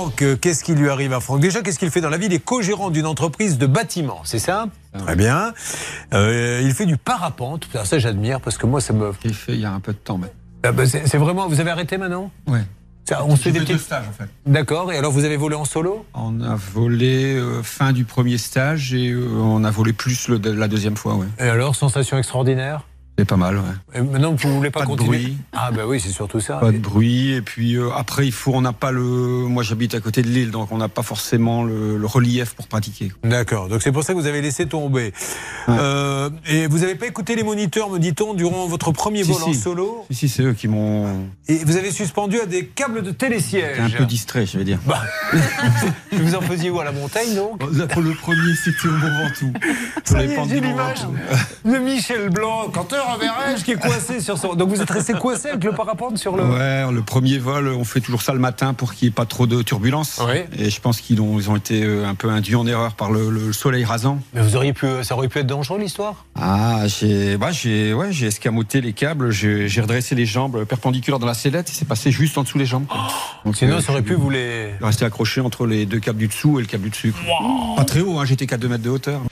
Franck, qu'est-ce qui lui arrive à Franck? Déjà, qu'est-ce qu'il fait dans la vie? Il est co-gérant d'une entreprise de bâtiment, c'est ça? Très bien. Il fait du parapente. Ça, j'admire parce que moi, ça me... J'ai fait il y a un peu de temps. C'est vraiment... Vous avez arrêté maintenant? Ouais. On se fait des deux petits stages en fait. D'accord. Et alors, vous avez volé en solo? On a volé fin du premier stage et on a volé plus la deuxième fois. Ouais. Et alors, sensation extraordinaire? C'est pas mal, ouais. Et maintenant, vous ne voulez pas continuer? De bruit. Ah bah oui, c'est surtout ça. Pas de bruit. Et puis après, on n'a pas le... Moi, j'habite à côté de l'île, donc on n'a pas forcément le relief pour pratiquer. D'accord. Donc c'est pour ça que vous avez laissé tomber. Ouais. Et vous n'avez pas écouté les moniteurs, me dit-on, durant votre premier vol en solo? Si, c'est eux qui m'ont... Et vous avez suspendu à des câbles de télésiège. J'étais un peu distrait, je vais dire. Bah, vous en faisiez où? À la montagne, donc? Le premier, c'était au Mont Ventoux. Ça y est, j'ai l'image de Michel Blanc, quand reverrai-je, qui est coincé sur son... Donc vous êtes resté coincé avec le parapente sur le... Ouais, le premier vol, on fait toujours ça le matin pour qu'il n'y ait pas trop de turbulences. Oui. Et je pense qu'ils ont été un peu induits en erreur par le soleil rasant. Mais ça aurait pu être dangereux, l'histoire? Ah, j'ai escamoté les câbles, j'ai redressé les jambes perpendiculaires dans la sellette et c'est passé juste en dessous les jambes. Donc, sinon, ça aurait pu vous les... Rester accroché entre les deux câbles du dessous et le câble du dessus. Wow. Pas très haut, hein, j'étais qu'à 2 mètres de hauteur.